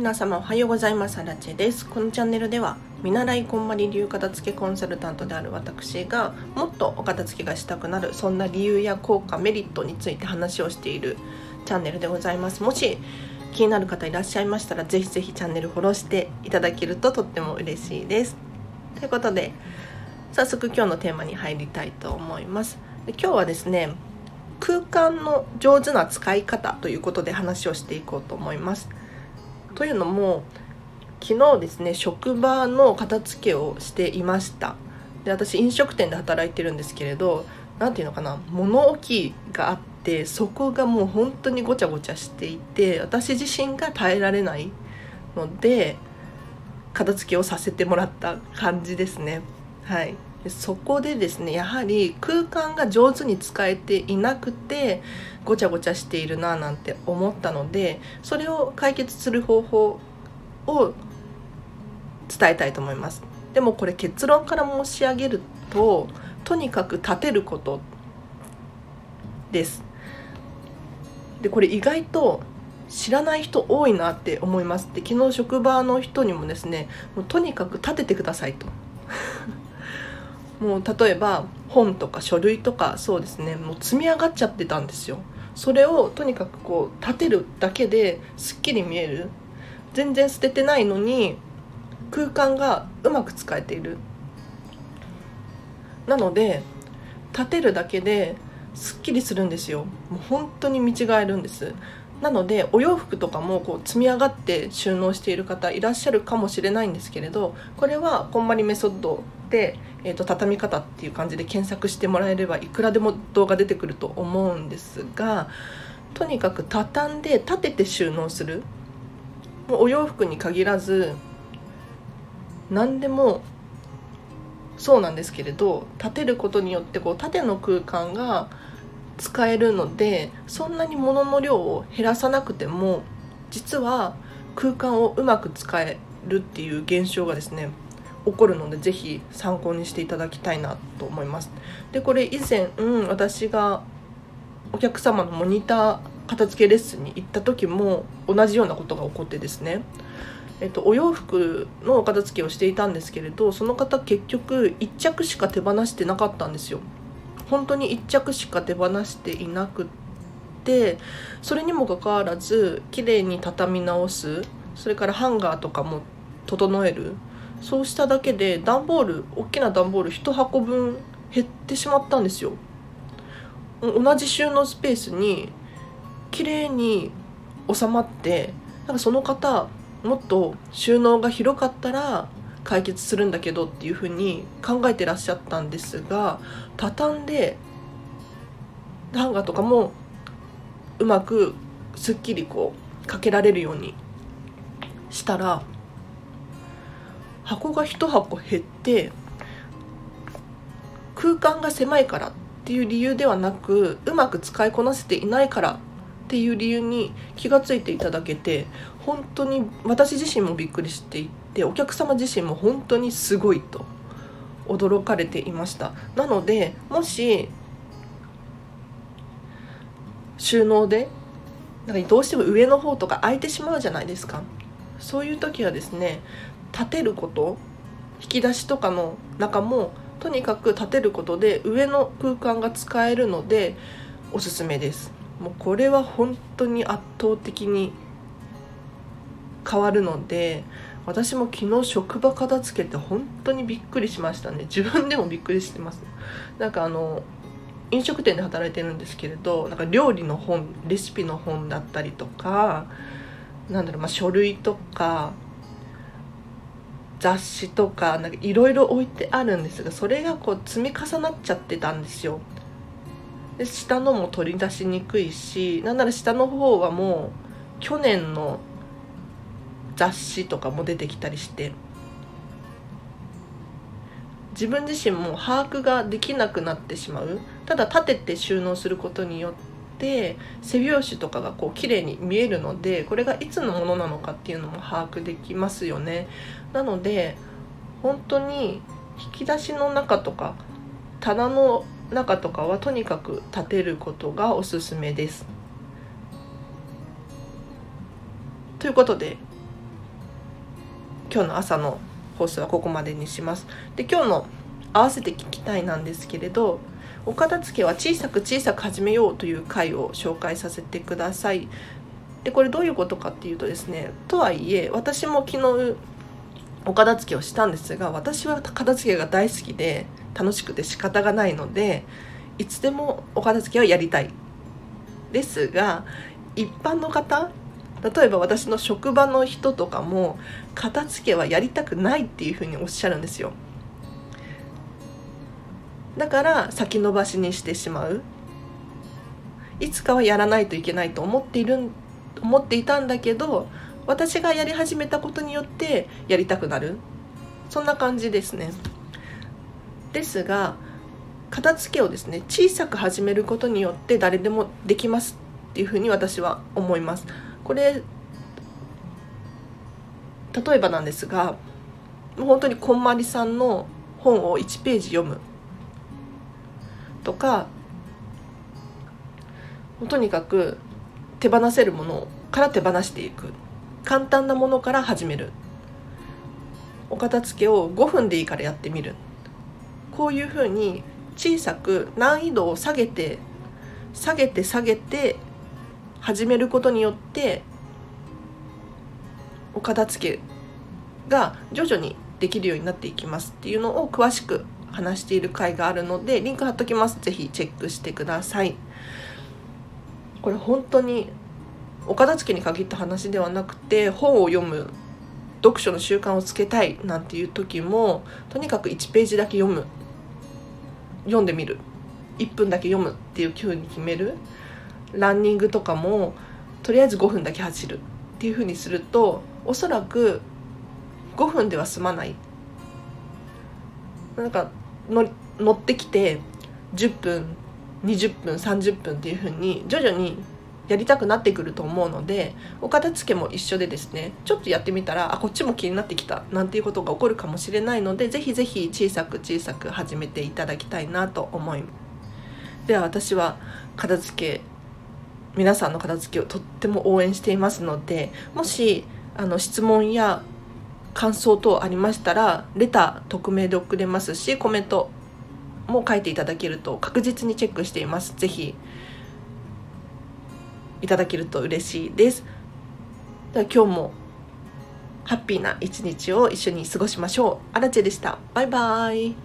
皆様おはようございます。アラチェです。このチャンネルでは見習いこんまり流片付けコンサルタントである私がもっとお片付けがしたくなるそんな理由や効果メリットについて話をしているチャンネルでございます。もし気になる方いらっしゃいましたらぜひぜひチャンネルフォローしていただけるととっても嬉しいです。ということで早速今日のテーマに入りたいと思います。今日はですね、空間の上手な使い方ということで話をしていこうと思います。というのも昨日ですね、職場の片付けをしていました。で、私飲食店で働いてるんですけれど、なんていうのかな、物置があってそこがもう本当にごちゃごちゃしていて私自身が耐えられないので片付けをさせてもらった感じですね。はい。そこでですね、やはり空間が上手に使えていなくてごちゃごちゃしているななんて思ったので、それを解決する方法を伝えたいと思います。でもこれ結論から申し上げると、とにかく立てることです。で、これ意外と知らない人多いなって思います。で、昨日職場の人にもですね、もうとにかく立ててくださいともう例えば本とか書類とかそうですね、もう積み上がっちゃってたんですよ。それをとにかくこう立てるだけですっきり見える。全然捨ててないのに空間がうまく使えている。なので立てるだけですっきりするんですよ。もう本当に見違えるんです。なのでお洋服とかもこう積み上がって収納している方いらっしゃるかもしれないんですけれど、これはこんまりメソッドで、畳み方っていう感じで検索してもらえればいくらでも動画出てくると思うんですが、とにかく畳んで立てて収納する。もうお洋服に限らず何でもそうなんですけれど、立てることによってこう縦の空間が使えるので、そんなに物の量を減らさなくても実は空間をうまく使えるっていう現象がですね起こるので、ぜひ参考にしていただきたいなと思います。で、これ以前、私がお客様のモニター片付けレッスンに行った時も同じようなことが起こってですね、お洋服の片付けをしていたんですけれど、その方結局1着しか手放してなかったんですよ。本当に1着しか手放していなくって、それにもかかわらず綺麗に畳み直す、それからハンガーとかも整える、そうしただけで段ボール、大きな段ボール1箱分減ってしまったんですよ。同じ収納スペースに綺麗に収まって、なんかその方もっと収納が広かったら解決するんだけどっていうふうに考えてらっしゃったんですが、畳んでハンガーとかもうまくすっきりこうかけられるようにしたら、箱が1箱減って、空間が狭いからっていう理由ではなく、うまく使いこなせていないからっていう理由に気がついていただけて、本当に私自身もびっくりしていて、お客様自身も本当にすごいと驚かれていました。なのでもし収納でなんかどうしても上の方とか空いてしまうじゃないですか。そういう時はですね、立てること、引き出しとかの中もとにかく立てることで上の空間が使えるのでおすすめです。もうこれは本当に圧倒的に変わるので、私も昨日職場片付けて本当にびっくりしましたね。自分でもびっくりしてます。なんか飲食店で働いてるんですけれど、なんか料理の本、レシピの本だったりとか、書類とか雑誌とかなんかいろいろ置いてあるんですが、それがこう積み重なっちゃってたんですよ。で、下のも取り出しにくいし、なんなら下の方はもう去年の雑誌とかも出てきたりして、自分自身も把握ができなくなってしまう。ただ立てて収納することによって背拍子とかがこう綺麗に見えるので、これがいつのものなのかっていうのも把握できますよね。なので本当に引き出しの中とか棚の中とかはとにかく立てることがおすすめです。ということで今日の朝の放送はここまでにします。で、今日の合わせて聞きたいなんですけれど、お片付けは小さく小さく始めようという回を紹介させてください。で、これどういうことかっていうとですね、とはいえ私も昨日お片付けをしたんですが、私は片付けが大好きで楽しくて仕方がないので、いつでもお片付けはやりたいですが、一般の方、例えば私の職場の人とかも片付けはやりたくないっていうふうにおっしゃるんですよ。だから先延ばしにしてしまう。いつかはやらないといけないと思っていたんだけど、私がやり始めたことによってやりたくなる、そんな感じですね。ですが、片付けをですね、小さく始めることによって誰でもできますっていうふうに私は思います。これ例えばなんですが、もう本当にこんまりさんの本を1ページ読むとか、とにかく手放せるものから手放していく、簡単なものから始める、お片付けを5分でいいからやってみる、こういうふうに小さく難易度を下げて始めることによってお片付けが徐々にできるようになっていきますっていうのを詳しく話している回があるので、リンク貼っときます。ぜひチェックしてください。これ本当にお片付けに限った話ではなくて、本を読む、読書の習慣をつけたいなんていう時も、とにかく1ページだけ読んでみる、1分だけ読むっていう風に決める。ランニングとかもとりあえず5分だけ走るっていう風にすると、おそらく5分では済まない。なんか乗ってきて10分20分30分っていう風に徐々にやりたくなってくると思うので、お片付けも一緒でですね、ちょっとやってみたらこっちも気になってきたなんていうことが起こるかもしれないので、ぜひぜひ小さく始めていただきたいなと思います。では私は皆さんの片付けをとっても応援していますので、もし質問や感想等ありましたらレター匿名で送れますし、コメントも書いていただけると確実にチェックしています。ぜひいただけると嬉しいです。では今日もハッピーな一日を一緒に過ごしましょう。アラチェでした。バイバイ。